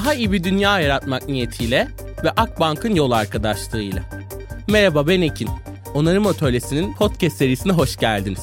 Daha iyi bir dünya yaratmak niyetiyle ve Akbank'ın yol arkadaşlığıyla. Merhaba, ben Ekin. Onarım Atölyesi'nin podcast serisine hoş geldiniz.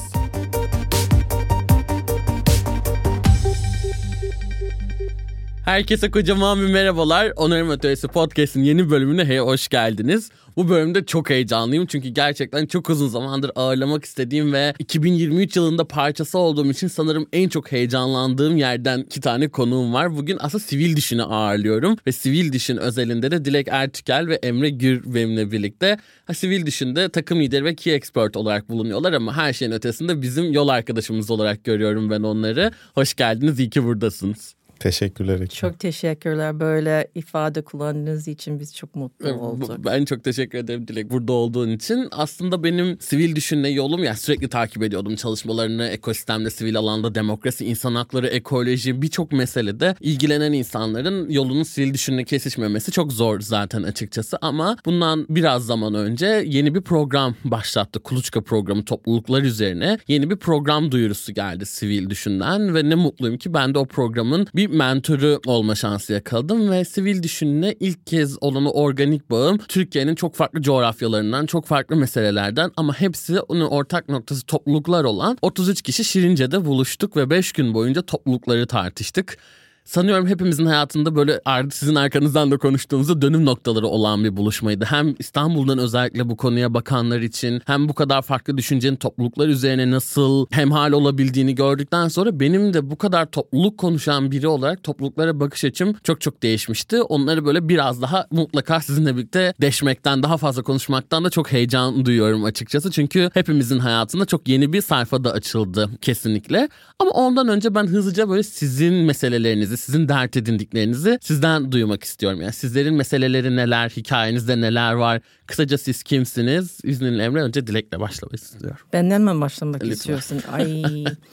Herkese kocaman bir merhabalar. Onarım Atölyesi Podcast'in yeni bölümüne hoş geldiniz. Bu bölümde çok heyecanlıyım çünkü gerçekten çok uzun zamandır ağırlamak istediğim ve 2023 yılında parçası olduğum için sanırım en çok heyecanlandığım yerden 2 tane konuğum var. Bugün aslında Sivil Düşün'ü ağırlıyorum ve Sivil Düşün özelinde de Dilek Ertükel ve Emre Gür benimle birlikte. Sivil Düşün'de takım lideri ve key expert olarak bulunuyorlar ama her şeyin ötesinde bizim yol arkadaşımız olarak görüyorum ben onları. Hoş geldiniz, iyi ki buradasınız. Teşekkürler. Çok teşekkürler. Böyle ifade kullandığınız için biz çok mutlu olduk. Ben çok teşekkür ederim Dilek burada olduğun için. Aslında benim Sivil Düşün'le yolum, yani sürekli takip ediyordum çalışmalarını, ekosistemde, sivil alanda, demokrasi, insan hakları, ekoloji, birçok meselede ilgilenen insanların yolunun Sivil Düşün'le kesişmemesi çok zor zaten açıkçası. Ama bundan biraz zaman önce yeni bir program başlattı. Kuluçka programı, topluluklar üzerine yeni bir program duyurusu geldi Sivil Düşün'den ve ne mutluyum ki ben de o programın bir mentörü olma şansı yakaladım ve Sivil Düşün'le ilk kez olanı organik bağım Türkiye'nin çok farklı coğrafyalarından, çok farklı meselelerden ama hepsi onun ortak noktası topluluklar olan 33 kişi Şirince'de buluştuk ve 5 gün boyunca toplulukları tartıştık. Sanıyorum hepimizin hayatında böyle sizin arkanızdan da konuştuğumuzda dönüm noktaları olan bir buluşmaydı. Hem İstanbul'dan özellikle bu konuya bakanlar için hem bu kadar farklı düşüncenin topluluklar üzerine nasıl hemhal olabildiğini gördükten sonra benim de bu kadar topluluk konuşan biri olarak topluluklara bakış açım çok değişmişti. Onları böyle biraz daha mutlaka sizinle birlikte deşmekten, daha fazla konuşmaktan da çok heyecan duyuyorum açıkçası. Çünkü hepimizin hayatında çok yeni bir sayfa da açıldı kesinlikle. Ama ondan önce ben hızlıca böyle sizin meselelerinizi, sizin dert edindiklerinizi sizden duymak istiyorum. Yani sizlerin meseleleri neler, hikayenizde neler var? Kısaca siz kimsiniz? İzninle Emre, önce Dilek'le başlamak istiyorum. Benden mi başlamak Lütfen. istiyorsun? Ay.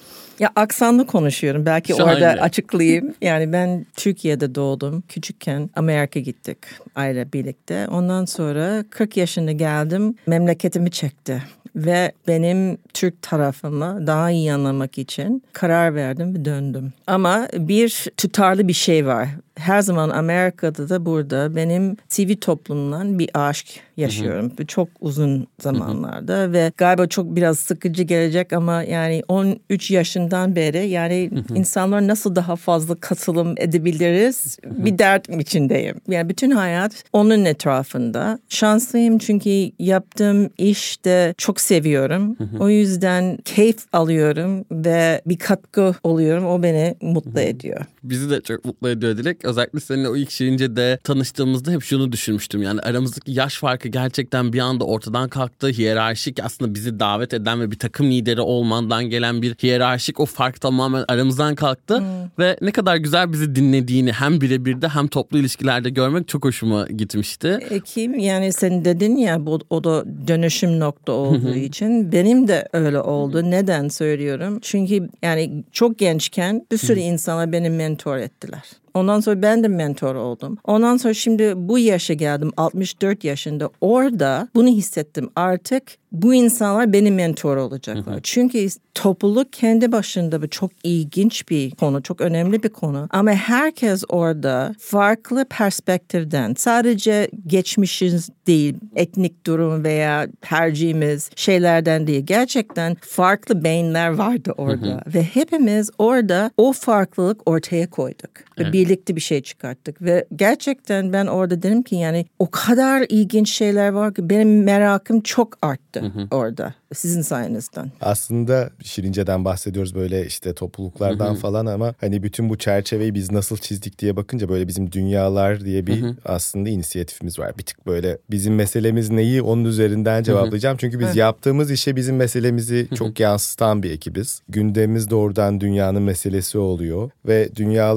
Ya aksanlı konuşuyorum. Belki Şahane. Orada açıklayayım. Yani ben Türkiye'de doğdum. Küçükken Amerika gittik aile birlikte. Ondan sonra 40 yaşında geldim. Memleketimi çekti. Ve benim Türk tarafımı daha iyi anlamak için karar verdim ve döndüm. Ama bir tutarlı bir şey var. Her zaman Amerika'da da burada benim sivil toplumdan bir aşk yaşıyorum. Hı hı. Çok uzun zamanlarda. Hı hı. Ve galiba çok biraz sıkıcı gelecek ama yani 13 yaşından beri yani insanlar nasıl daha fazla katılım edebiliriz bir dert içindeyim. Yani bütün hayat onun etrafında. Şanslıyım çünkü yaptığım işte çok seviyorum. O yüzden keyif alıyorum ve bir katkı oluyorum. O beni mutlu ediyor. Bizi de çok mutlu ediyor Dilek. Özellikle seninle o ilk Şirince'de tanıştığımızda hep şunu düşünmüştüm. Yani aramızdaki yaş farkı gerçekten bir anda ortadan kalktı. Hiyerarşik, aslında bizi davet eden ve bir takım lideri olmandan gelen bir hiyerarşik o fark tamamen aramızdan kalktı. Ve ne kadar güzel bizi dinlediğini hem birebir de hem toplu ilişkilerde görmek çok hoşuma gitmişti. Kim yani sen dedin ya o da dönüşüm nokta olduğu için benim de öyle oldu. Neden söylüyorum? Çünkü yani çok gençken bir sürü insana beni mentor ettiler. Ondan sonra ben de mentor oldum. Ondan sonra şimdi bu yaşa geldim 64 yaşında. Orada bunu hissettim. Artık bu insanlar benim mentor olacaklar. Çünkü topluluk kendi başında çok ilginç bir konu, çok önemli bir konu. Ama herkes orada farklı perspektiften, sadece geçmişimiz değil, etnik durum veya tercihimiz şeylerden değil. Gerçekten farklı beyinler vardı orada. Ve hepimiz orada o farklılık ortaya koyduk. Ve birlikte bir şey çıkarttık. Ve gerçekten ben orada dedim ki yani o kadar ilginç şeyler var ki benim merakım çok arttı orada. Sizin sayenizden. Aslında Şirince'den bahsediyoruz böyle işte topluluklardan falan ama hani bütün bu çerçeveyi biz nasıl çizdik diye bakınca böyle bizim dünyalar diye bir aslında inisiyatifimiz var. Bir tık böyle bizim meselemiz neyi onun üzerinden cevaplayacağım. Çünkü biz yaptığımız işe bizim meselemizi çok yansıtan bir ekibiz. Gündemimiz doğrudan dünyanın meselesi oluyor ve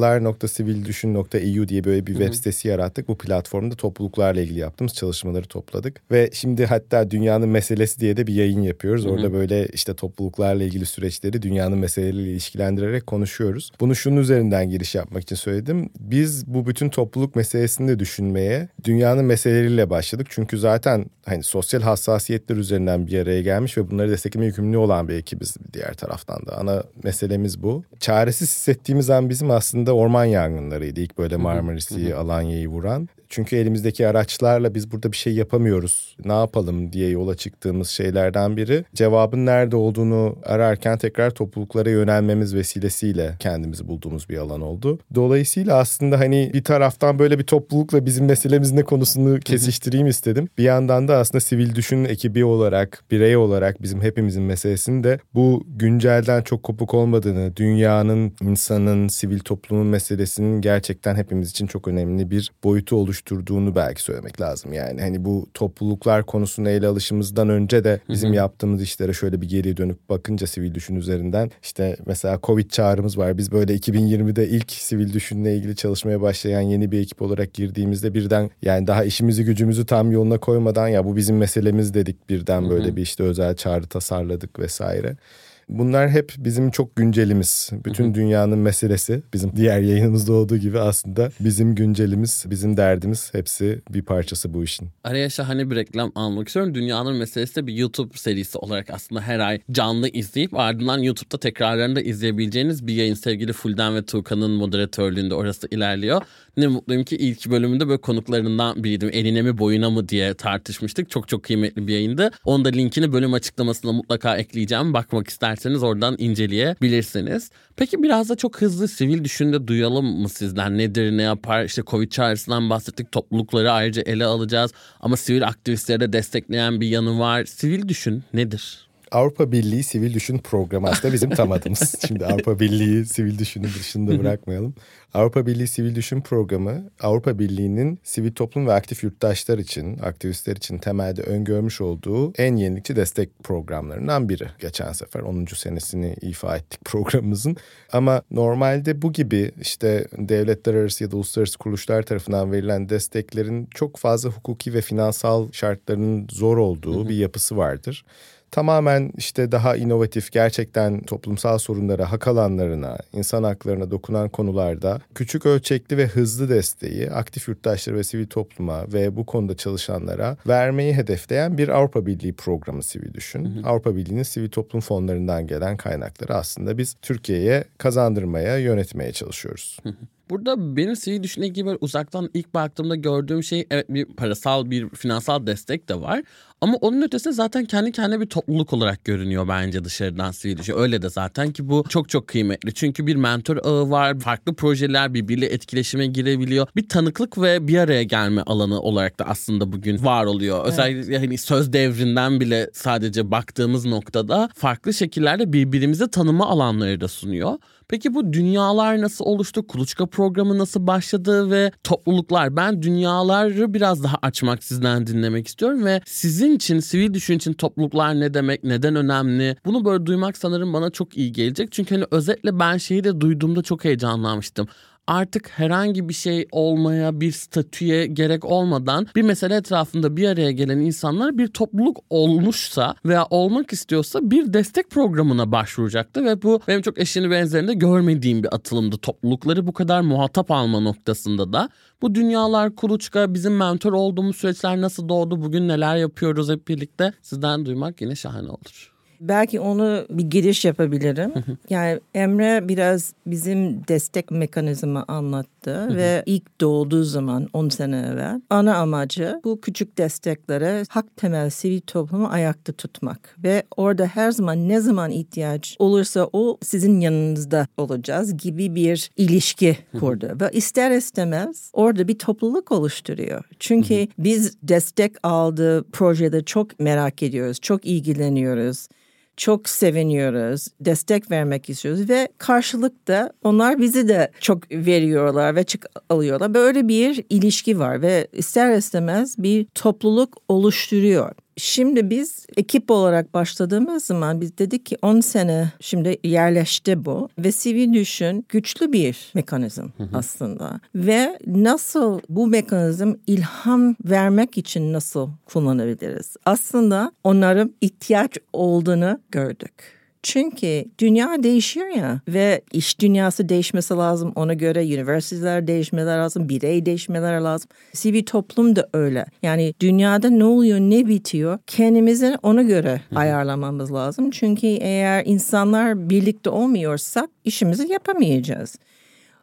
dünyalar.sivildüşün.eu diye böyle bir web sitesi yarattık. Bu platformda topluluklarla ilgili yaptığımız çalışmaları topladık ve şimdi hatta dünyanın meselesi diye de bir yayın yapıyoruz. Orada böyle işte topluluklarla ilgili süreçleri dünyanın meseleleriyle ilişkilendirerek konuşuyoruz. Bunu şunun üzerinden giriş yapmak için söyledim. Biz bu bütün topluluk meselesini de düşünmeye dünyanın meseleleriyle başladık. Çünkü zaten hani sosyal hassasiyetler üzerinden bir araya gelmiş ve bunları desteklemeye yükümlü olan bir ekibiz diğer taraftan da. Ana meselemiz bu. Çaresiz hissettiğimiz an bizim aslında orman yangınları yangınlarıydı. İlk böyle Marmaris'i, Alanya'yı vuran. Çünkü elimizdeki araçlarla biz burada bir şey yapamıyoruz. Ne yapalım diye yola çıktığımız şeylerden biri. Cevabın nerede olduğunu ararken tekrar topluluklara yönelmemiz vesilesiyle kendimizi bulduğumuz bir alan oldu. Dolayısıyla aslında hani bir taraftan böyle bir toplulukla bizim meselemiz ne konusunu kesiştireyim istedim. Bir yandan da aslında Sivil Düşün ekibi olarak, birey olarak bizim hepimizin meselesinin de bu güncelden çok kopuk olmadığını, dünyanın, insanın, sivil toplumun meselesinin gerçekten hepimiz için çok önemli bir boyutu oluşturduğunu belki söylemek lazım. Yani hani bu topluluklar konusunu ele alışımızdan önce de bizim yaptığımız işlere şöyle bir geriye dönüp bakınca Sivil Düşün üzerinden işte mesela Covid çağrımız var. Biz böyle 2020'de ilk Sivil Düşün'le ilgili çalışmaya başlayan yeni bir ekip olarak girdiğimizde birden yani daha işimizi gücümüzü tam yoluna koymadan ya bu bizim meselemiz dedik, birden böyle bir işte özel çağrı tasarladık vesaire. Bunlar hep bizim çok güncelimiz. Bütün dünyanın meselesi, bizim diğer yayınımızda olduğu gibi aslında bizim güncelimiz, bizim derdimiz, hepsi bir parçası bu işin. Araya şahane bir reklam almak istiyorum. Dünyanın meselesi de bir YouTube serisi olarak aslında her ay canlı izleyip ardından YouTube'da tekrarlarını da izleyebileceğiniz bir yayın. Sevgili Fulden ve Tuğkan'ın moderatörlüğünde orası ilerliyor. Ne mutluyum ki ilk bölümünde böyle konuklarından biriydim. Eline mi boyuna mı diye tartışmıştık. Çok çok kıymetli bir yayındı. Onun da linkini bölüm açıklamasına mutlaka ekleyeceğim. Bakmak isterseniz oradan inceleyebilirsiniz. Peki biraz da çok hızlı Sivil Düşün'de duyalım mı sizden? Nedir, ne yapar? İşte Covid çağrısından bahsettik. Toplulukları ayrıca ele alacağız. Ama sivil aktivistleri de destekleyen bir yanı var. Sivil Düşün nedir? Avrupa Birliği Sivil Düşün Programı aslında bizim tam adımız. Şimdi Avrupa Birliği Sivil Düşün'ün dışında bırakmayalım. Avrupa Birliği Sivil Düşün Programı, Avrupa Birliği'nin sivil toplum ve aktif yurttaşlar için, aktivistler için temelde öngörmüş olduğu en yenilikçi destek programlarından biri. Geçen sefer 10. senesini ifa ettik programımızın. Ama normalde bu gibi işte devletler arası ya da uluslararası kuruluşlar tarafından verilen desteklerin çok fazla hukuki ve finansal şartlarının zor olduğu bir yapısı vardır. Tamamen işte daha inovatif, gerçekten toplumsal sorunlara, hak alanlarına, insan haklarına dokunan konularda küçük ölçekli ve hızlı desteği aktif yurttaşlara ve sivil topluma ve bu konuda çalışanlara vermeyi hedefleyen bir Avrupa Birliği programı Sivil Düşün. Avrupa Birliği'nin sivil toplum fonlarından gelen kaynakları aslında biz Türkiye'ye kazandırmaya, yönetmeye çalışıyoruz. Burada benim Sivil Düşün'e gibi böyle uzaktan ilk baktığımda gördüğüm şey evet bir parasal, bir finansal destek de var. Ama onun ötesinde zaten kendi kendine bir topluluk olarak görünüyor bence dışarıdan Sivil Düşün. Öyle de zaten ki bu çok çok kıymetli. Çünkü bir mentor ağı var, farklı projeler birbiriyle etkileşime girebiliyor. Bir tanıklık ve bir araya gelme alanı olarak da aslında bugün var oluyor. Evet. Özellikle hani söz devrinden bile sadece baktığımız noktada farklı şekillerde birbirimizi tanıma alanları da sunuyor. Peki bu dünyalar nasıl oluştu? Kuluçka programı nasıl başladı ve topluluklar? Ben dünyaları biraz daha açmak, sizden dinlemek istiyorum ve sizin için, Sivil Düşün için topluluklar ne demek, neden önemli? Bunu böyle duymak sanırım bana çok iyi gelecek. Çünkü hani özetle ben şeyi de duyduğumda çok heyecanlanmıştım. Artık herhangi bir şey olmaya, bir statüye gerek olmadan bir mesele etrafında bir araya gelen insanlar bir topluluk olmuşsa veya olmak istiyorsa bir destek programına başvuracaktı ve bu benim çok eşini benzerinde görmediğim bir atılımdı. Toplulukları bu kadar muhatap alma noktasında da bu dünyalar, kuluçka, bizim mentor olduğumuz süreçler nasıl doğdu, bugün neler yapıyoruz hep birlikte sizden duymak yine şahane olur. Belki onu bir giriş yapabilirim. Yani Emre biraz bizim destek mekanizma anlattı ve ilk doğduğu zaman 10 sene evvel ana amacı bu küçük desteklere hak temel sivil toplumu ayakta tutmak ve orada her zaman ne zaman ihtiyaç olursa o sizin yanınızda olacağız gibi bir ilişki kurdu ve ister istemez orada bir topluluk oluşturuyor. Çünkü biz destek aldığı projede çok merak ediyoruz, çok ilgileniyoruz. Çok seviniyoruz, destek vermek istiyoruz ve karşılıkta onlar bizi de çok veriyorlar ve alıyorlar. Böyle bir ilişki var ve ister istemez bir topluluk oluşturuyor. Şimdi biz ekip olarak başladığımız zaman biz dedik ki 10 sene şimdi yerleşti bu ve Sivil Düşün güçlü bir mekanizm aslında. Ve nasıl bu mekanizm ilham vermek için nasıl kullanabiliriz? Aslında onların ihtiyaç olduğunu gördük. Çünkü dünya değişiyor ya ve iş dünyası değişmesi lazım. Ona göre üniversiteler değişmeler lazım, birey değişmeler lazım. Sivil toplum da öyle. Yani dünyada ne oluyor, ne bitiyor kendimizi ona göre ayarlamamız lazım. Çünkü eğer insanlar birlikte olmuyorsak işimizi yapamayacağız.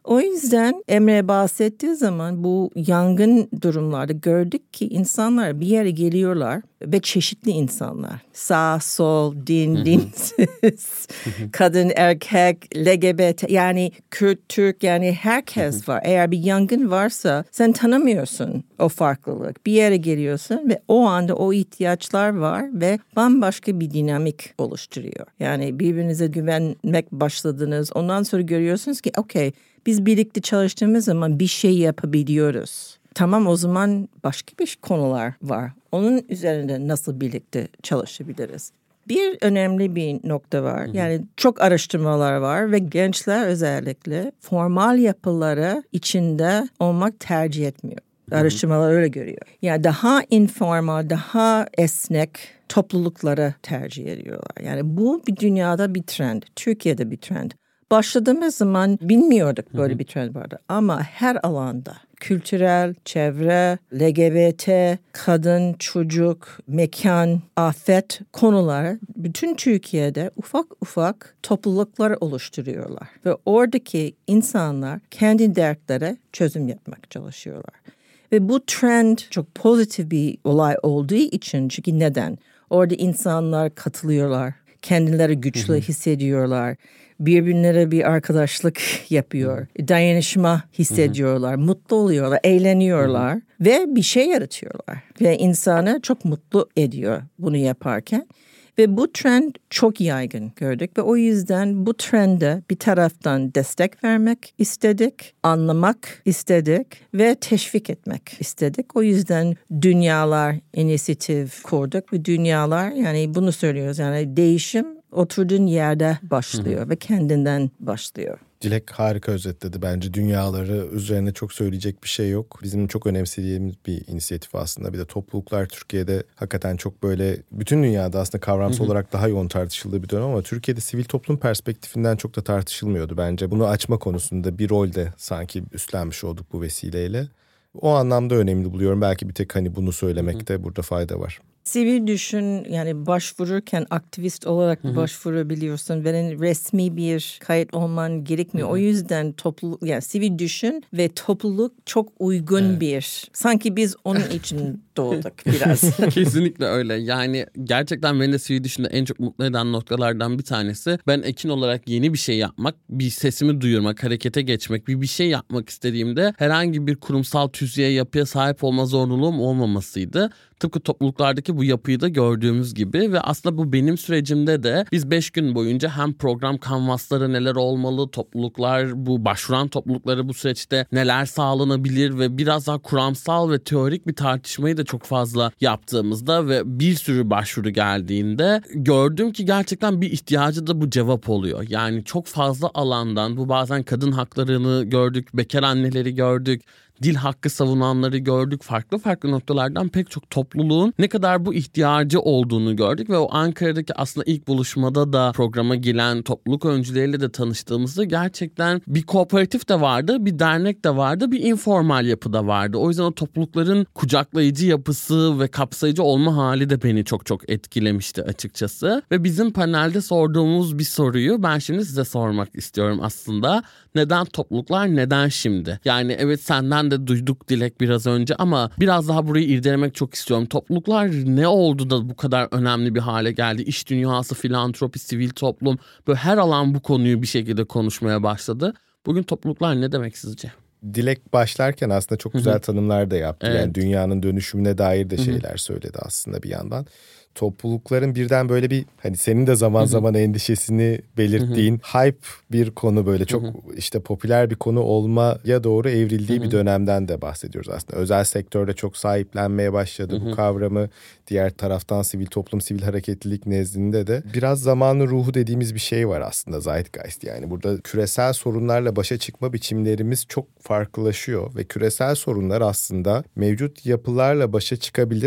O yüzden Emre bahsettiği zaman bu yangın durumlarda gördük ki insanlar bir yere geliyorlar ve çeşitli insanlar. Sağ, sol, din, dinsiz, kadın, erkek, LGBT yani Kürt, Türk yani herkes var. Eğer bir yangın varsa sen tanımıyorsun o farklılık. Bir yere geliyorsun ve o anda o ihtiyaçlar var ve bambaşka bir dinamik oluşturuyor. Yani birbirinize güvenmek başladınız. Ondan sonra görüyorsunuz ki okey biz birlikte çalıştığımız zaman bir şey yapabiliyoruz. Tamam o zaman başka bir konular var. Onun üzerinde nasıl birlikte çalışabiliriz? Bir önemli bir nokta var. Yani çok araştırmalar var ve gençler özellikle formal yapıları içinde olmak tercih etmiyor. Araştırmalar öyle görüyor. Yani daha informal, daha esnek toplulukları tercih ediyorlar. Yani bu bir dünyada bir trend. Türkiye'de bir trend. Başladığımız zaman bilmiyorduk böyle bir trend vardı. Ama her alanda kültürel, çevre, LGBT, kadın, çocuk, mekan, afet konuları bütün Türkiye'de ufak ufak topluluklar oluşturuyorlar. Ve oradaki insanlar kendi dertlere çözüm yapmak çalışıyorlar. Ve bu trend çok pozitif bir olay olduğu için çünkü neden? Orada insanlar katılıyorlar, kendileri güçlü hissediyorlar. Birbirlere bir arkadaşlık yapıyor. Dayanışma hissediyorlar. Mutlu oluyorlar, eğleniyorlar ve bir şey yaratıyorlar. Ve insanı çok mutlu ediyor bunu yaparken. Ve bu trend çok yaygın gördük ve o yüzden bu trende bir taraftan destek vermek istedik, anlamak istedik ve teşvik etmek istedik. O yüzden dünyalar inisiyatif kurduk ve dünyalar yani bunu söylüyoruz yani değişim oturduğun yerde başlıyor ve kendinden başlıyor. Dilek harika özetledi bence. Dünyaları üzerine çok söyleyecek bir şey yok. Bizim çok önemsediğimiz bir inisiyatif aslında. Bir de topluluklar Türkiye'de hakikaten çok böyle bütün dünyada aslında kavramsal olarak daha yoğun tartışıldığı bir dönem ama Türkiye'de sivil toplum perspektifinden çok da tartışılmıyordu bence. Bunu açma konusunda bir rol de sanki üstlenmiş olduk bu vesileyle. O anlamda önemli buluyorum. Belki bir tek hani bunu söylemekte burada fayda var. Sivil düşün yani başvururken aktivist olarak başvurabiliyorsun ve resmi bir kayıt olman gerekmiyor. O yüzden topluluk yani sivil düşün ve topluluk çok uygun bir. Sanki biz onun için doğduk biraz. Kesinlikle öyle. Yani gerçekten beni de sivil düşünde en çok mutlu eden noktalardan bir tanesi. Ben Ekin olarak yeni bir şey yapmak, bir sesimi duyurmak, harekete geçmek, bir şey yapmak istediğimde herhangi bir kurumsal tüzüğe, yapıya sahip olma zorunluluğum olmamasıydı. Tıpkı topluluklardaki bu yapıyı da gördüğümüz gibi ve aslında bu benim sürecimde de biz 5 gün boyunca hem program kanvasları neler olmalı, topluluklar, bu başvuran toplulukları bu süreçte neler sağlanabilir ve biraz daha kuramsal ve teorik bir tartışmayı da çok fazla yaptığımızda ve bir sürü başvuru geldiğinde gördüm ki gerçekten bir ihtiyacı da bu cevap oluyor. Yani çok fazla alandan bu bazen kadın haklarını gördük, bekar anneleri gördük, dil hakkı savunanları gördük. Farklı noktalardan pek çok topluluğun ne kadar bu ihtiyacı olduğunu gördük ve o Ankara'daki aslında ilk buluşmada da programa gelen topluluk öncüleriyle de tanıştığımızda gerçekten bir kooperatif de vardı, bir dernek de vardı, bir informal yapı da vardı. O yüzden o toplulukların kucaklayıcı yapısı ve kapsayıcı olma hali de beni çok etkilemişti açıkçası. Ve bizim panelde sorduğumuz bir soruyu ben şimdi size sormak istiyorum aslında. Neden topluluklar, neden şimdi? Yani evet senden de duyduk Dilek biraz önce ama biraz daha burayı irdelemek çok istiyorum. Topluluklar ne oldu da bu kadar önemli bir hale geldi? İş dünyası, filantropi, sivil toplum böyle her alan bu konuyu bir şekilde konuşmaya başladı. Bugün topluluklar ne demek sizce? Dilek başlarken aslında çok güzel tanımlar da yaptı. Evet. Yani dünyanın dönüşümüne dair de şeyler söyledi aslında bir yandan. Toplulukların birden böyle bir hani senin de zaman zaman endişesini belirttiğin hype bir konu böyle çok işte popüler bir konu olmaya doğru evrildiği bir dönemden de bahsediyoruz aslında. Özel sektörde çok sahiplenmeye başladı bu kavramı. Diğer taraftan sivil toplum, sivil hareketlilik nezdinde de biraz zamanın ruhu dediğimiz bir şey var aslında Zeitgeist. Yani burada küresel sorunlarla başa çıkma biçimlerimiz çok farklılaşıyor ve küresel sorunlar aslında mevcut yapılarla başa çıkabilir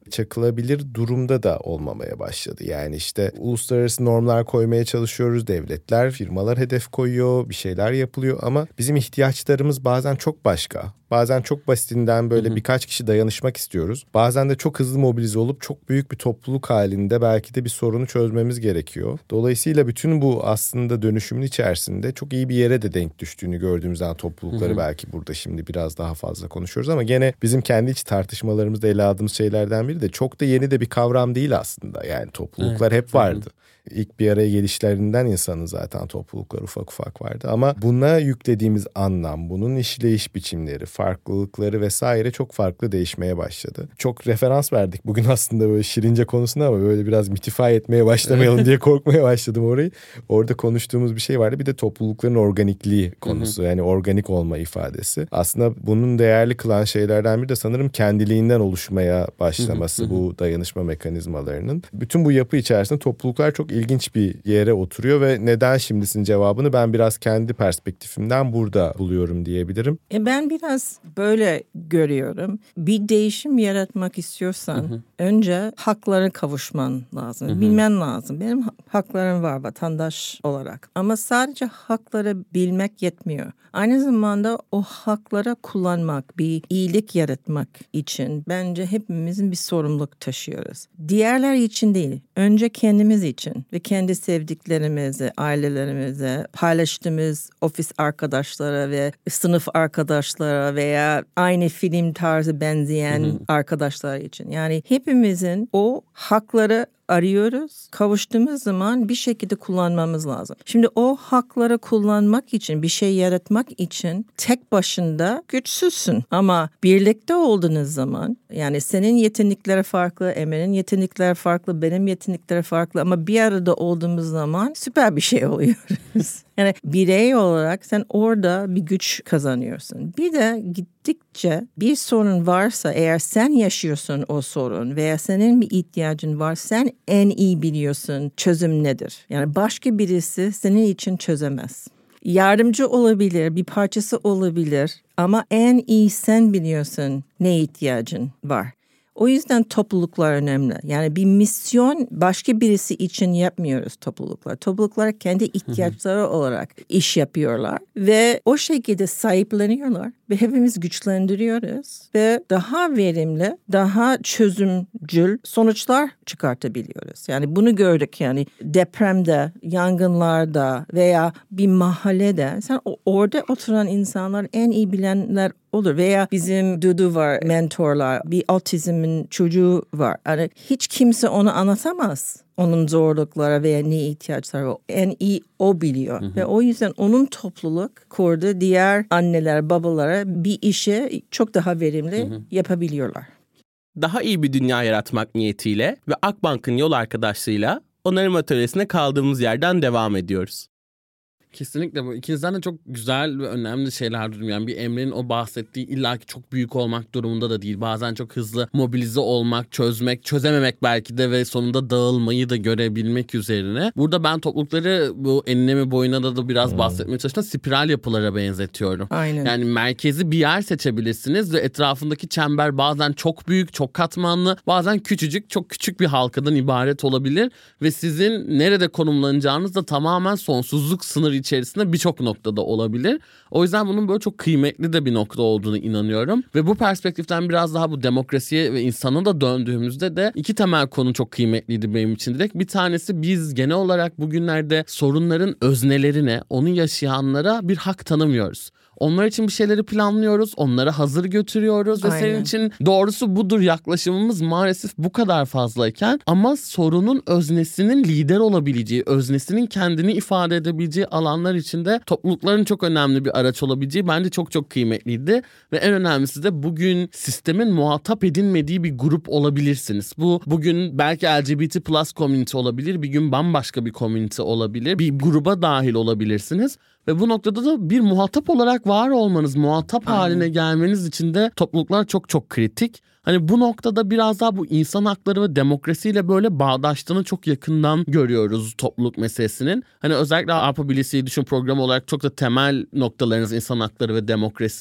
çakılabilir durumda da olmamaya başladı. Yani işte uluslararası normlar koymaya çalışıyoruz. Devletler, firmalar hedef koyuyor, bir şeyler yapılıyor ama bizim ihtiyaçlarımız bazen çok başka. Bazen çok basitinden böyle birkaç kişi dayanışmak istiyoruz. Bazen de çok hızlı mobilize olup çok büyük bir topluluk halinde belki de bir sorunu çözmemiz gerekiyor. Dolayısıyla bütün bu aslında dönüşümün içerisinde çok iyi bir yere de denk düştüğünü gördüğümüzden toplulukları belki burada şimdi biraz daha fazla konuşuyoruz ama gene bizim kendi iç tartışmalarımızda ele aldığımız şeylerden biri de çok da yeni de bir kavram değil aslında. Yani topluluklar hep vardı. İlk bir araya gelişlerinden insanın zaten topluluklar ufak ufak vardı. Ama buna yüklediğimiz anlam, bunun işleyiş biçimleri, farklılıkları vesaire çok farklı değişmeye başladı. Çok referans verdik bugün aslında böyle Şirince konusunda ama böyle biraz mitify etmeye başlamayalım diye korkmaya başladım orayı. Orada konuştuğumuz bir şey vardı. Bir de toplulukların organikliği konusu. Yani organik olma ifadesi. Aslında bunun değerli kılan şeylerden biri de sanırım kendiliğinden oluşmaya başlaması bu dayanışma mekanizmalarının. Bütün bu yapı içerisinde topluluklar çok ilginç bir yere oturuyor ve neden şimdisin cevabını ben biraz kendi perspektifimden burada buluyorum diyebilirim. Ben biraz böyle görüyorum. Bir değişim yaratmak istiyorsan önce haklara kavuşman lazım. Bilmen lazım. Benim haklarım var vatandaş olarak. Ama sadece hakları bilmek yetmiyor. Aynı zamanda o haklara kullanmak, bir iyilik yaratmak için bence hepimizin bir sorumluluk taşıyoruz. Diğerler için değil. Önce kendimiz için ve kendi sevdiklerimize, ailelerimize, paylaştığımız ofis arkadaşlara ve sınıf arkadaşlara veya aynı film tarzı benzeyen arkadaşlar için. Yani hepimizin o hakları arıyoruz. Kavuştuğumuz zaman bir şekilde kullanmamız lazım. Şimdi o hakları kullanmak için, bir şey yaratmak için tek başında güçsüzsün. Ama birlikte olduğunuz zaman yani senin yetenekleri farklı, Emre'nin yetenekleri farklı, benim yetenekleri farklı ama bir arada olduğumuz zaman süper bir şey oluyoruz. Yani birey olarak sen orada bir güç kazanıyorsun. Bir de gittikçe bir sorun varsa eğer sen yaşıyorsun o sorun veya senin bir ihtiyacın var sen en iyi biliyorsun çözüm nedir. Yani başka birisi senin için çözemez. Yardımcı olabilir, bir parçası olabilir ama en iyi sen biliyorsun ne ihtiyacın var. O yüzden topluluklar önemli. Yani bir misyon başka birisi için yapmıyoruz topluluklar. Topluluklar kendi ihtiyaçları olarak iş yapıyorlar ve o şekilde sahipleniyorlar ve hepimiz güçlendiriyoruz ve daha verimli, daha çözümcül sonuçlar çıkartabiliyoruz. Yani bunu gördük yani depremde, yangınlarda veya bir mahallede sen orada oturan insanlar en iyi bilenler olur veya bizim Dudu var mentorlar bir otizmin çocuğu var. Yani hiç kimse onu anlatamaz. Onun zorlukları veya ne ihtiyaçları var. En iyi o biliyor. Ve o yüzden onun topluluk kurdu diğer anneler babalara bir işe çok daha verimli yapabiliyorlar. Daha iyi bir dünya yaratmak niyetiyle ve Akbank'ın yol arkadaşlığıyla onarım atölyesine kaldığımız yerden devam ediyoruz. Kesinlikle bu. İkinizden de çok güzel ve önemli şeyler duydum. Yani bir Emre'nin o bahsettiği illaki çok büyük olmak durumunda da değil. Bazen çok hızlı mobilize olmak, çözmek, çözememek belki de ve sonunda dağılmayı da görebilmek üzerine. Burada ben toplulukları bu enlemi boyuna da biraz bahsetmeye çalıştım. Spiral yapılara benzetiyorum. Aynen. Yani merkezi bir yer seçebilirsiniz ve etrafındaki çember bazen çok büyük, çok katmanlı, bazen küçücük, çok küçük bir halkadan ibaret olabilir ve sizin nerede konumlanacağınız da tamamen sonsuzluk sınırı içerisinde birçok noktada olabilir. O yüzden bunun böyle çok kıymetli de bir nokta olduğunu inanıyorum. Ve bu perspektiften biraz daha bu demokrasiye ve insana da döndüğümüzde de iki temel konu çok kıymetliydi benim için direkt. Bir tanesi biz genel olarak bugünlerde sorunların öznelerine, onu yaşayanlara bir hak tanımıyoruz. Onlar için bir şeyleri planlıyoruz, onlara hazır götürüyoruz ve senin için doğrusu budur yaklaşımımız maalesef bu kadar fazlayken ama sorunun öznesinin lider olabileceği, öznesinin kendini ifade edebileceği alanlar içinde toplulukların çok önemli bir araç olabileceği bence çok çok kıymetliydi ve en önemlisi de bugün sistemin muhatap edinmediği bir grup olabilirsiniz. Bu bugün belki LGBT plus community olabilir, bir gün bambaşka bir community olabilir, bir gruba dahil olabilirsiniz. Ve bu noktada da bir muhatap olarak var olmanız, muhatap haline gelmeniz için de topluluklar çok çok kritik. Hani bu noktada biraz daha bu insan hakları ve demokrasiyle böyle bağdaştığını çok yakından görüyoruz topluluk meselesinin. Hani özellikle Avrupa Birliği Düşün Programı olarak çok da temel noktalarınız insan hakları ve demokrasi.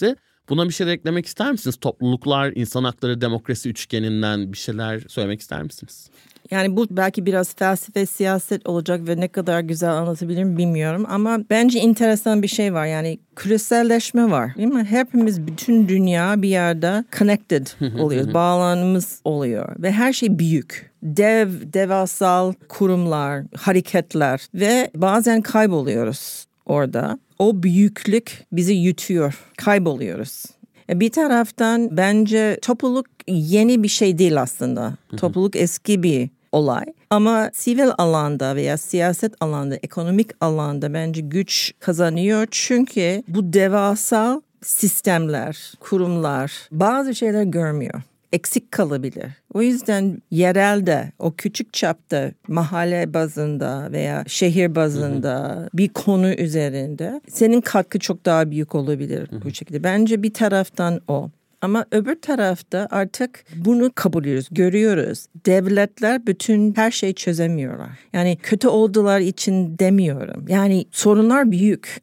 Buna bir şey eklemek ister misiniz? Topluluklar, insan hakları, demokrasi üçgeninden bir şeyler söylemek ister misiniz? Yani bu belki biraz felsefe, siyaset olacak ve ne kadar güzel anlatabilirim bilmiyorum. Ama bence enteresan bir şey var. Yani küreselleşme var, değil mi? Hepimiz, bütün dünya bir yerde connected oluyoruz. Bağlanımız oluyor ve her şey büyük. Devasal kurumlar, hareketler ve bazen kayboluyoruz orada. O büyüklük bizi yutuyor. Kayboluyoruz. Bir taraftan bence topluluk yeni bir şey değil aslında. Topluluk eski bir olay. Ama sivil alanda veya siyaset alanda, ekonomik alanda bence güç kazanıyor. Çünkü bu devasa sistemler, kurumlar bazı şeyler görmüyor. Eksik kalabilir. O yüzden yerelde, o küçük çapta, mahalle bazında veya şehir bazında bir konu üzerinde senin katkı çok daha büyük olabilir bu şekilde. Bence bir taraftan o. Ama öbür tarafta artık bunu kabul ediyoruz, görüyoruz. Devletler bütün her şeyi çözemiyorlar. Yani kötü oldular için demiyorum. Yani sorunlar büyük.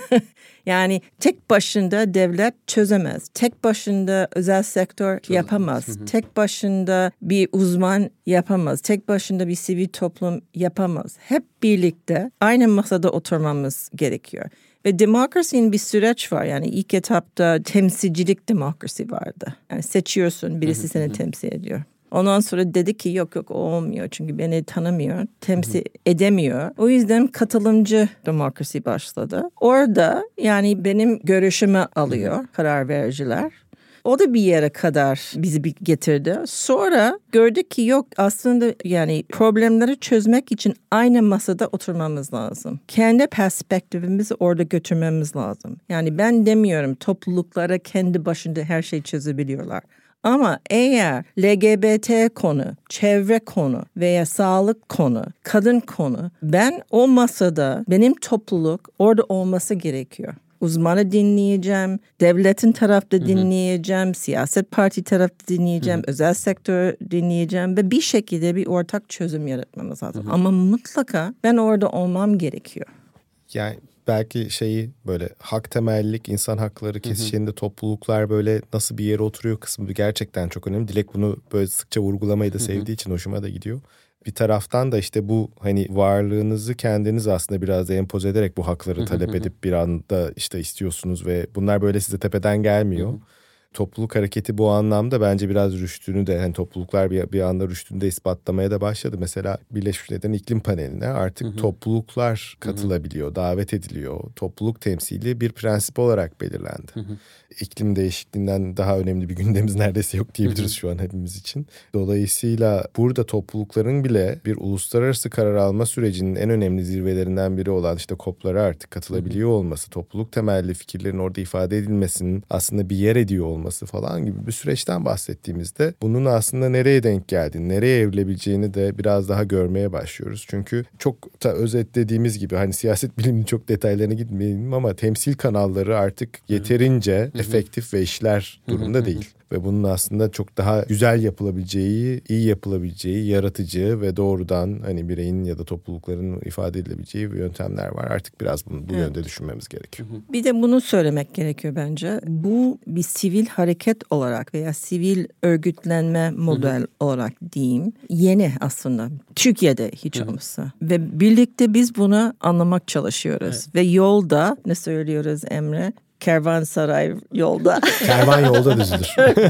Yani tek başında devlet çözemez. Tek başında özel sektör yapamaz. Tek başında bir uzman yapamaz. Tek başında bir sivil toplum yapamaz. Hep birlikte aynı masada oturmamız gerekiyor. Ve demokrasinin bir süreç var. Yani ilk etapta temsilcilik demokrasi vardı. Yani seçiyorsun, birisi seni temsil ediyor. Ondan sonra dedi ki yok o olmuyor çünkü beni tanımıyor, temsil edemiyor. O yüzden katılımcı demokrasi başladı. Orada yani benim görüşümü alıyor karar vericiler. O da bir yere kadar bizi getirdi. Sonra gördük ki yok aslında yani problemleri çözmek için aynı masada oturmamız lazım. Kendi perspektifimizi orada götürmemiz lazım. Yani ben demiyorum topluluklara kendi başında her şeyi çözebiliyorlar. Ama eğer LGBT konu, çevre konu veya sağlık konu, kadın konu, ben o masada benim topluluk orada olması gerekiyor. Uzmanı dinleyeceğim, devletin tarafta dinleyeceğim, siyaset parti tarafta dinleyeceğim, özel sektör dinleyeceğim ve bir şekilde bir ortak çözüm yaratmamız lazım. Ama mutlaka ben orada olmam gerekiyor. Yani belki böyle hak temellilik, insan hakları kesişeninde topluluklar böyle nasıl bir yere oturuyor kısmı gerçekten çok önemli. Dilek bunu böyle sıkça vurgulamayı da sevdiği için hoşuma da gidiyor. Bir taraftan da işte bu hani varlığınızı kendiniz aslında biraz da empoze ederek bu hakları talep edip bir anda işte istiyorsunuz ve bunlar böyle size tepeden gelmiyor. Topluluk hareketi bu anlamda bence biraz rüştünü de hani topluluklar bir anda rüştünü de ispatlamaya da başladı. Mesela Birleşmiş Milletler'in iklim paneline artık topluluklar katılabiliyor, davet ediliyor. Topluluk temsili bir prensip olarak belirlendi. İklim değişikliğinden daha önemli bir gündemimiz neredeyse yok diyebiliriz şu an hepimiz için. Dolayısıyla burada toplulukların bile bir uluslararası karar alma sürecinin en önemli zirvelerinden biri olan işte COP'lara artık katılabiliyor olması, topluluk temelli fikirlerin orada ifade edilmesinin aslında bir yer ediyor olması falan gibi bir süreçten bahsettiğimizde bunun aslında nereye denk geldiğini, nereye evrilebileceğini de biraz daha görmeye başlıyoruz. Çünkü çok da özetlediğimiz gibi hani siyaset biliminin çok detaylarına gitmeyelim ama temsil kanalları artık yeterince efektif ve işler durumda değil. Ve bunun aslında çok daha güzel yapılabileceği, iyi yapılabileceği, yaratıcı ve doğrudan hani bireyin ya da toplulukların ifade edilebileceği yöntemler var. Artık biraz bu yönde düşünmemiz gerekiyor. Bir de bunu söylemek gerekiyor bence. Bu bir sivil hareket olarak veya sivil örgütlenme model olarak diyeyim. Yeni aslında. Türkiye'de hiç olmazsa. Ve birlikte biz bunu anlamak çalışıyoruz. Ve yolda ne söylüyoruz Emre? Kervansaray yolda. Kervan yolda düzülür.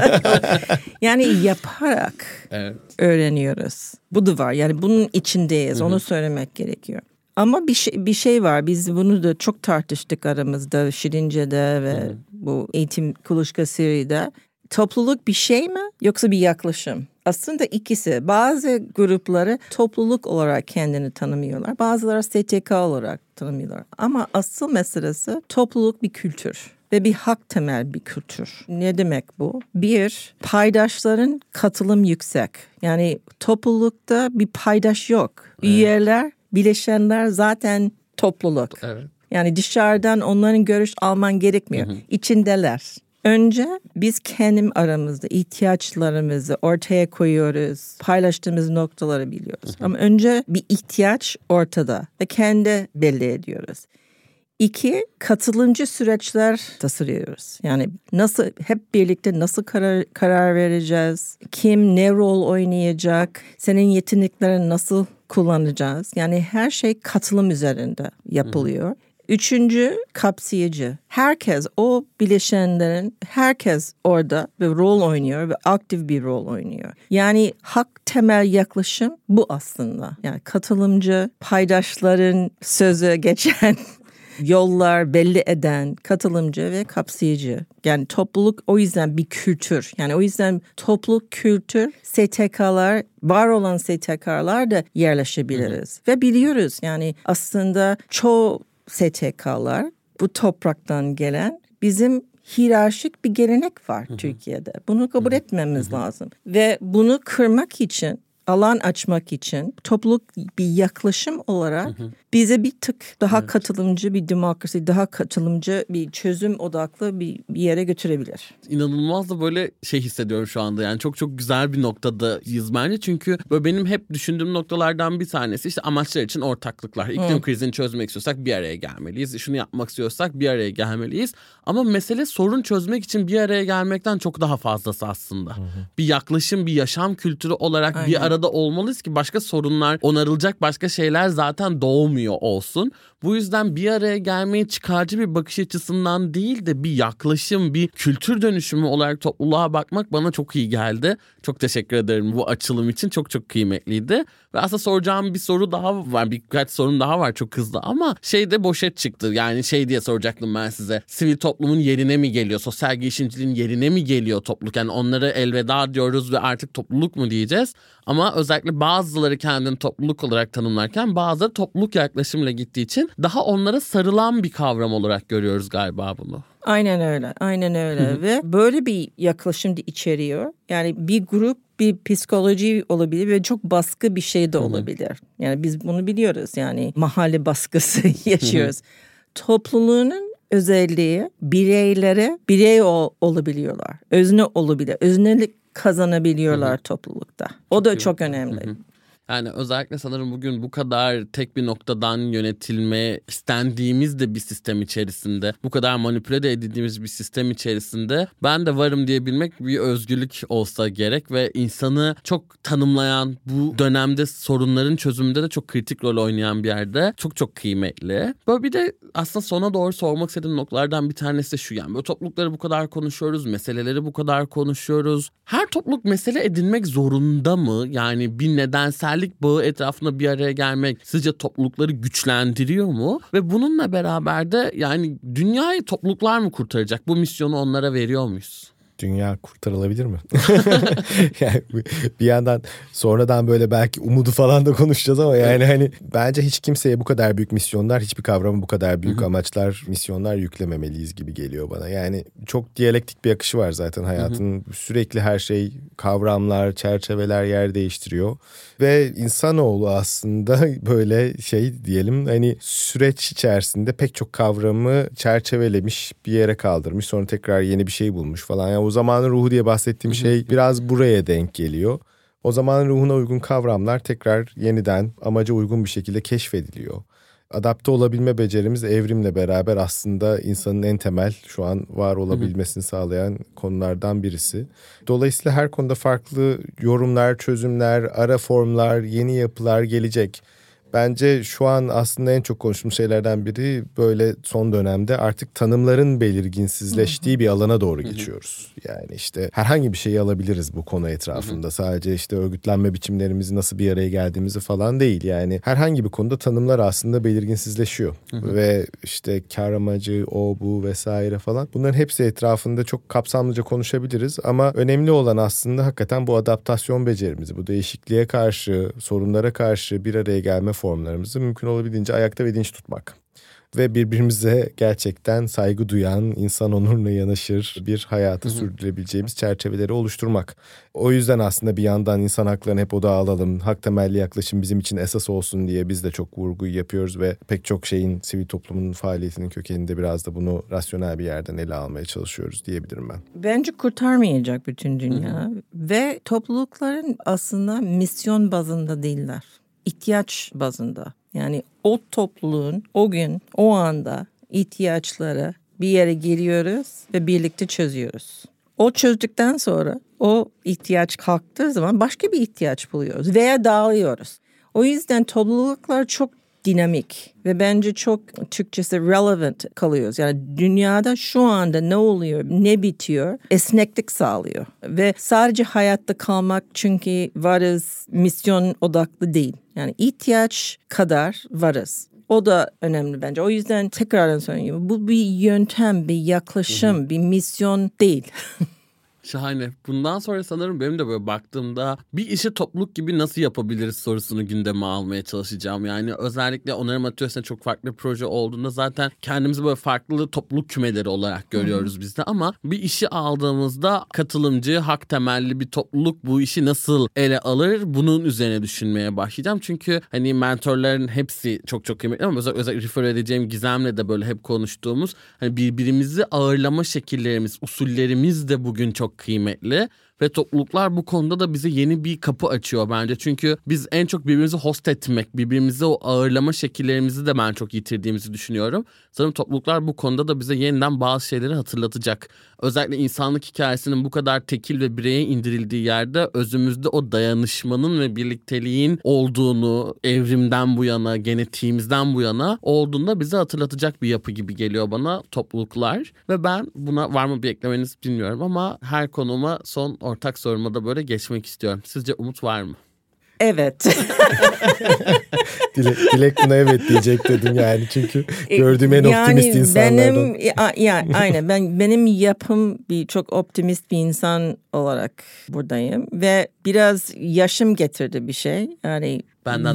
Yani yaparak öğreniyoruz. Bu da var. Yani bunun içindeyiz. Onu söylemek gerekiyor. Ama bir şey var. Biz bunu da çok tartıştık aramızda Şirince'de ve bu eğitim kuluçkası'yla. Topluluk bir şey mi yoksa bir yaklaşım? Aslında ikisi. Bazı grupları topluluk olarak kendini tanımıyorlar. Bazıları STK olarak tanımıyorlar. Ama asıl meselesi topluluk bir kültür ve bir hak temel bir kültür. Ne demek bu? Bir, paydaşların katılım yüksek. Yani toplulukta bir paydaş yok. Üyeler, bileşenler zaten topluluk. Evet. Yani dışarıdan onların görüş alman gerekmiyor. İçindeler. Önce biz kendim aramızda ihtiyaçlarımızı ortaya koyuyoruz. Paylaştığımız noktaları biliyoruz. Ama önce bir ihtiyaç ortada ve kendi belli ediyoruz. 2, katılımcı süreçler tasarlıyoruz. Yani nasıl hep birlikte nasıl karar vereceğiz? Kim ne rol oynayacak? Senin yeteneklerini nasıl kullanacağız? Yani her şey katılım üzerinde yapılıyor. 3, kapsayıcı. Herkes, o bileşenlerin herkes orada bir rol oynuyor ve aktif bir rol oynuyor. Yani hak temel yaklaşım bu aslında. Yani katılımcı, paydaşların sözü geçen yollar belli eden, katılımcı ve kapsayıcı. Yani topluluk o yüzden bir kültür. Yani o yüzden topluluk, kültür, STK'lar, var olan STK'lar da yerleşebiliriz. Ve biliyoruz yani aslında çoğu STK'lar bu topraktan gelen bizim hiyerarşik bir gelenek var Türkiye'de. Bunu kabul etmemiz lazım. Ve bunu kırmak için, alan açmak için topluluk bir yaklaşım olarak bize bir tık daha katılımcı bir demokrasi, daha katılımcı bir çözüm odaklı bir yere götürebilir. İnanılmaz da böyle hissediyorum şu anda. Yani çok çok güzel bir noktadayız bence. Çünkü böyle benim hep düşündüğüm noktalardan bir tanesi işte amaçlar için ortaklıklar. İklim krizini çözmek istiyorsak bir araya gelmeliyiz. Şunu yapmak istiyorsak bir araya gelmeliyiz. Ama mesele sorun çözmek için bir araya gelmekten çok daha fazlası aslında. Bir yaklaşım, bir yaşam kültürü olarak bir arada olmalıyız ki başka sorunlar, onarılacak başka şeyler zaten doğmuyor olsun. Bu yüzden bir araya gelmeyi çıkarcı bir bakış açısından değil de bir yaklaşım, bir kültür dönüşümü olarak topluluğa bakmak bana çok iyi geldi. Çok teşekkür ederim bu açılım için. Çok çok kıymetliydi. Ve aslında soracağım bir soru daha var. Birkaç sorun daha var çok hızlı ama de boşet çıktı. Yani diye soracaktım ben size. Sivil toplumun yerine mi geliyor? Sosyal girişimciliğin yerine mi geliyor topluluk? Yani onlara elveda diyoruz ve artık topluluk mu diyeceğiz? Ama özellikle bazıları kendini topluluk olarak tanımlarken bazıları topluluk yaklaşımıyla gittiği için daha onlara sarılan bir kavram olarak görüyoruz galiba bunu. Aynen öyle, aynen öyle ve böyle bir yaklaşım da içeriyor. Yani bir grup bir psikoloji olabilir ve çok baskı bir şey de olabilir. Yani biz bunu biliyoruz yani mahalle baskısı yaşıyoruz. Topluluğunun özelliği birey olabiliyorlar, özne olabilir, öznelik kazanabiliyorlar toplulukta. O da çok önemli. Yani özellikle sanırım bugün bu kadar tek bir noktadan yönetilme istendiğimiz de bir sistem içerisinde, bu kadar manipüle de edildiğimiz bir sistem içerisinde ben de varım diyebilmek bir özgürlük olsa gerek ve insanı çok tanımlayan, bu dönemde sorunların çözümünde de çok kritik rol oynayan bir yerde çok çok kıymetli. Böyle bir de aslında sona doğru sormak istediğim noktalardan bir tanesi de şu, yani böyle toplulukları bu kadar konuşuyoruz, meseleleri bu kadar konuşuyoruz. Her topluluk mesele edinmek zorunda mı? Yani bir nedensellik bağı etrafında bir araya gelmek sizce toplulukları güçlendiriyor mu? Ve bununla beraber de yani dünyayı topluluklar mı kurtaracak? Bu misyonu onlara veriyor muyuz? Dünya kurtarılabilir mi? Yani bir yandan sonradan böyle belki umudu falan da konuşacağız ama yani hani bence hiç kimseye bu kadar büyük misyonlar, hiçbir kavrama bu kadar büyük amaçlar, misyonlar yüklememeliyiz gibi geliyor bana. Yani çok diyalektik bir akışı var zaten hayatın. Sürekli her şey, kavramlar, çerçeveler yer değiştiriyor. Ve insanoğlu aslında böyle diyelim hani süreç içerisinde pek çok kavramı çerçevelemiş, bir yere kaldırmış, sonra tekrar yeni bir şey bulmuş falan. Yani o zamanın ruhu diye bahsettiğim şey biraz buraya denk geliyor. O zamanın ruhuna uygun kavramlar tekrar yeniden amaca uygun bir şekilde keşfediliyor. Adapte olabilme becerimiz evrimle beraber aslında insanın en temel şu an var olabilmesini sağlayan konulardan birisi. Dolayısıyla her konuda farklı yorumlar, çözümler, ara formlar, yeni yapılar gelecek. Bence şu an aslında en çok konuştuğum şeylerden biri böyle son dönemde artık tanımların belirginsizleştiği bir alana doğru geçiyoruz. Yani işte herhangi bir şeyi alabiliriz bu konu etrafında. Sadece işte örgütlenme biçimlerimizi nasıl bir araya geldiğimizi falan değil. Yani herhangi bir konuda tanımlar aslında belirginsizleşiyor. Ve işte kar amacı, o bu vesaire falan. Bunların hepsi etrafında çok kapsamlıca konuşabiliriz. Ama önemli olan aslında hakikaten bu adaptasyon becerimizi, bu değişikliğe karşı, sorunlara karşı bir araya gelme formlarımızı mümkün olabildiğince ayakta ve dinç tutmak. Ve birbirimize gerçekten saygı duyan, insan onuruna yanaşır bir hayatı sürdürebileceğimiz çerçeveleri oluşturmak. O yüzden aslında bir yandan insan haklarını hep odağa alalım, hak temelli yaklaşım bizim için esas olsun diye biz de çok vurgu yapıyoruz ve pek çok şeyin, sivil toplumun faaliyetinin kökeninde biraz da bunu rasyonel bir yerden ele almaya çalışıyoruz diyebilirim ben. Bence kurtarmayacak bütün dünya ve toplulukların aslında misyon bazında değiller. İhtiyaç bazında. Yani o topluluğun o gün, o anda ihtiyaçları bir yere geliyoruz ve birlikte çözüyoruz. O çözdükten sonra o ihtiyaç kalktığı zaman başka bir ihtiyaç buluyoruz veya dağılıyoruz. O yüzden topluluklar çok dinamik ve bence çok Türkçesi relevant kalıyoruz. Yani dünyada şu anda ne oluyor, ne bitiyor esneklik sağlıyor. Ve sadece hayatta kalmak çünkü varız, misyon odaklı değil. Yani ihtiyaç kadar varız. O da önemli bence. O yüzden tekrardan söylüyorum. Bu bir yöntem, bir yaklaşım, bir misyon değil. Şahane. Bundan sonra sanırım benim de böyle baktığımda bir işi topluluk gibi nasıl yapabiliriz sorusunu gündeme almaya çalışacağım. Yani özellikle onarım atölyesinde çok farklı proje olduğunda zaten kendimizi böyle farklı topluluk kümeleri olarak görüyoruz biz de. Ama bir işi aldığımızda katılımcı, hak temelli bir topluluk bu işi nasıl ele alır? Bunun üzerine düşünmeye başlayacağım. Çünkü hani mentorların hepsi çok çok kıymetli ama özellikle refer edeceğim Gizem'le de böyle hep konuştuğumuz hani birbirimizi ağırlama şekillerimiz, usullerimiz de bugün çok kıymetli ve topluluklar bu konuda da bize yeni bir kapı açıyor bence. Çünkü biz en çok birbirimizi host etmek, birbirimizi o ağırlama şekillerimizi de ben çok yitirdiğimizi düşünüyorum. Sanırım topluluklar bu konuda da bize yeniden bazı şeyleri hatırlatacak. Özellikle insanlık hikayesinin bu kadar tekil ve bireye indirildiği yerde özümüzde o dayanışmanın ve birlikteliğin olduğunu, evrimden bu yana, genetiğimizden bu yana olduğunda bize hatırlatacak bir yapı gibi geliyor bana topluluklar. Ve ben buna var mı bir eklemeniz bilmiyorum ama her konuma son ortak soruma da böyle geçmek istiyorum. Sizce umut var mı? Evet. Dilek buna evet diyecek dedim yani çünkü gördüğüm en optimist insanlardan. Aynen benim yapım bir çok optimist bir insan olarak buradayım ve biraz yaşım getirdi bir şey. Yani benden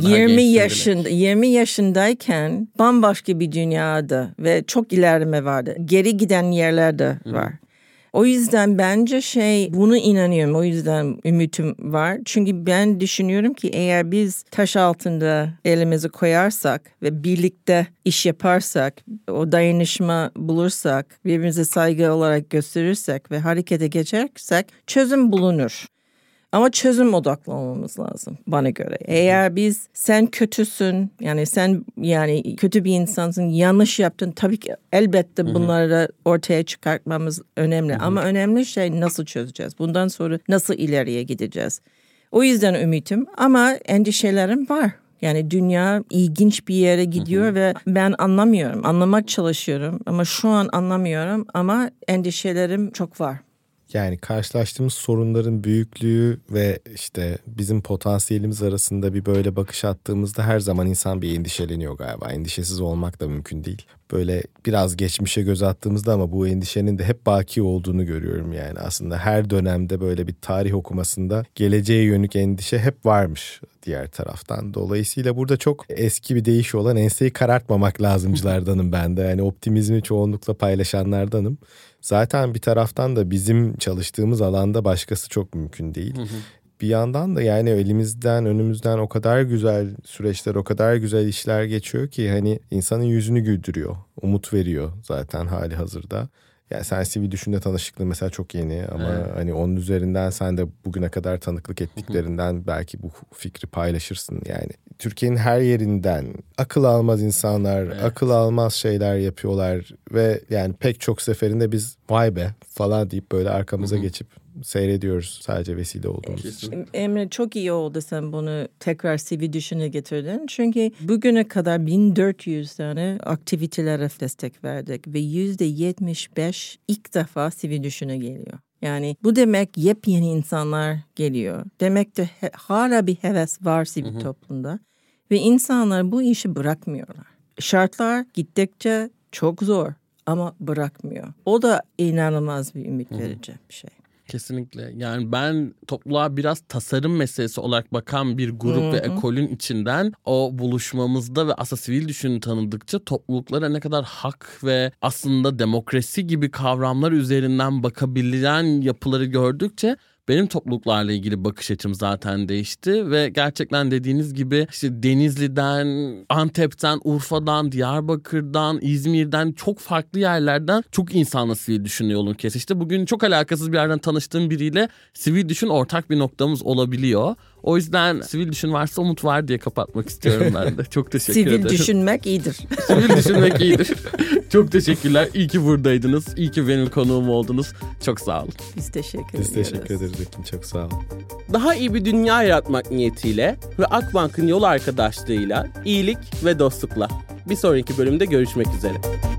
20 yaşındayken bambaşka bir dünyada ve çok ilerleme vardı. Geri giden yerler de var. O yüzden bence bunu inanıyorum. O yüzden ümitim var. Çünkü ben düşünüyorum ki eğer biz taş altında elimizi koyarsak ve birlikte iş yaparsak, o dayanışma bulursak, birbirimize saygı olarak gösterirsek ve harekete geçersek çözüm bulunur. Ama çözüm odaklı olmamız lazım bana göre. Eğer sen kötüsün sen kötü bir insansın, yanlış yaptın, tabii ki elbette bunları ortaya çıkartmamız önemli. Ama önemli nasıl çözeceğiz? Bundan sonra nasıl ileriye gideceğiz? O yüzden ümitim ama endişelerim var. Yani dünya ilginç bir yere gidiyor ve ben anlamıyorum. Anlamak çalışıyorum ama şu an anlamıyorum ama endişelerim çok var. Yani karşılaştığımız sorunların büyüklüğü ve işte bizim potansiyelimiz arasında bir böyle bakış attığımızda her zaman insan bir endişeleniyor galiba. Endişesiz olmak da mümkün değil. Böyle biraz geçmişe göz attığımızda ama bu endişenin de hep baki olduğunu görüyorum yani. Aslında her dönemde böyle bir tarih okumasında geleceğe yönelik endişe hep varmış diğer taraftan. Dolayısıyla burada çok eski bir deyiş olan enseyi karartmamak lazımcılardanım ben de. Yani optimizmi çoğunlukla paylaşanlardanım. Zaten bir taraftan da bizim çalıştığımız alanda başkası çok mümkün değil. Bir yandan da yani elimizden önümüzden o kadar güzel süreçler, o kadar güzel işler geçiyor ki hani insanın yüzünü güldürüyor, umut veriyor zaten hali hazırda. Yani sen Sivil Düşün'le tanışıklığın mesela çok yeni ama hani onun üzerinden sen de bugüne kadar tanıklık ettiklerinden belki bu fikri paylaşırsın yani. Türkiye'nin her yerinden akıl almaz insanlar, akıl almaz şeyler yapıyorlar ve yani pek çok seferinde biz vay be falan deyip böyle arkamıza geçip seyrediyoruz sadece vesile olduğumuz için. Emre çok iyi oldu sen bunu tekrar Sivil Düşün'e getirdin. Çünkü bugüne kadar 1400 tane aktivitelere destek verdik ve %75 ilk defa Sivil Düşün'e geliyor. Yani bu demek yepyeni insanlar geliyor. Demek de hala bir heves var sivil toplumda ve insanlar bu işi bırakmıyorlar. Şartlar gittikçe çok zor ama bırakmıyor. O da inanılmaz bir ümit verici bir şey. Kesinlikle. Yani ben topluluğa biraz tasarım meselesi olarak bakan bir grup ve ekolün içinden o buluşmamızda ve aslında Sivil Düşün'ü tanıdıkça topluluklara ne kadar hak ve aslında demokrasi gibi kavramlar üzerinden bakabilen yapıları gördükçe benim topluluklarla ilgili bakış açım zaten değişti ve gerçekten dediğiniz gibi işte Denizli'den, Antep'ten, Urfa'dan, Diyarbakır'dan, İzmir'den çok farklı yerlerden çok insanla Sivil Düşün yolun kesişti. Bugün çok alakasız bir yerden tanıştığım biriyle Sivil Düşün ortak bir noktamız olabiliyor. O yüzden sivil düşün varsa umut var diye kapatmak istiyorum ben de. Çok teşekkür ederim. Sivil düşünmek iyidir. Sivil düşünmek iyidir. Çok teşekkürler. İyi ki buradaydınız. İyi ki benim konuğum oldunuz. Çok sağ olun. Biz teşekkür Biz ediyoruz. teşekkür ederiz Ekin. Çok sağ olun. Daha iyi bir dünya yaratmak niyetiyle ve Akbank'ın yol arkadaşlığıyla, iyilik ve dostlukla. Bir sonraki bölümde görüşmek üzere.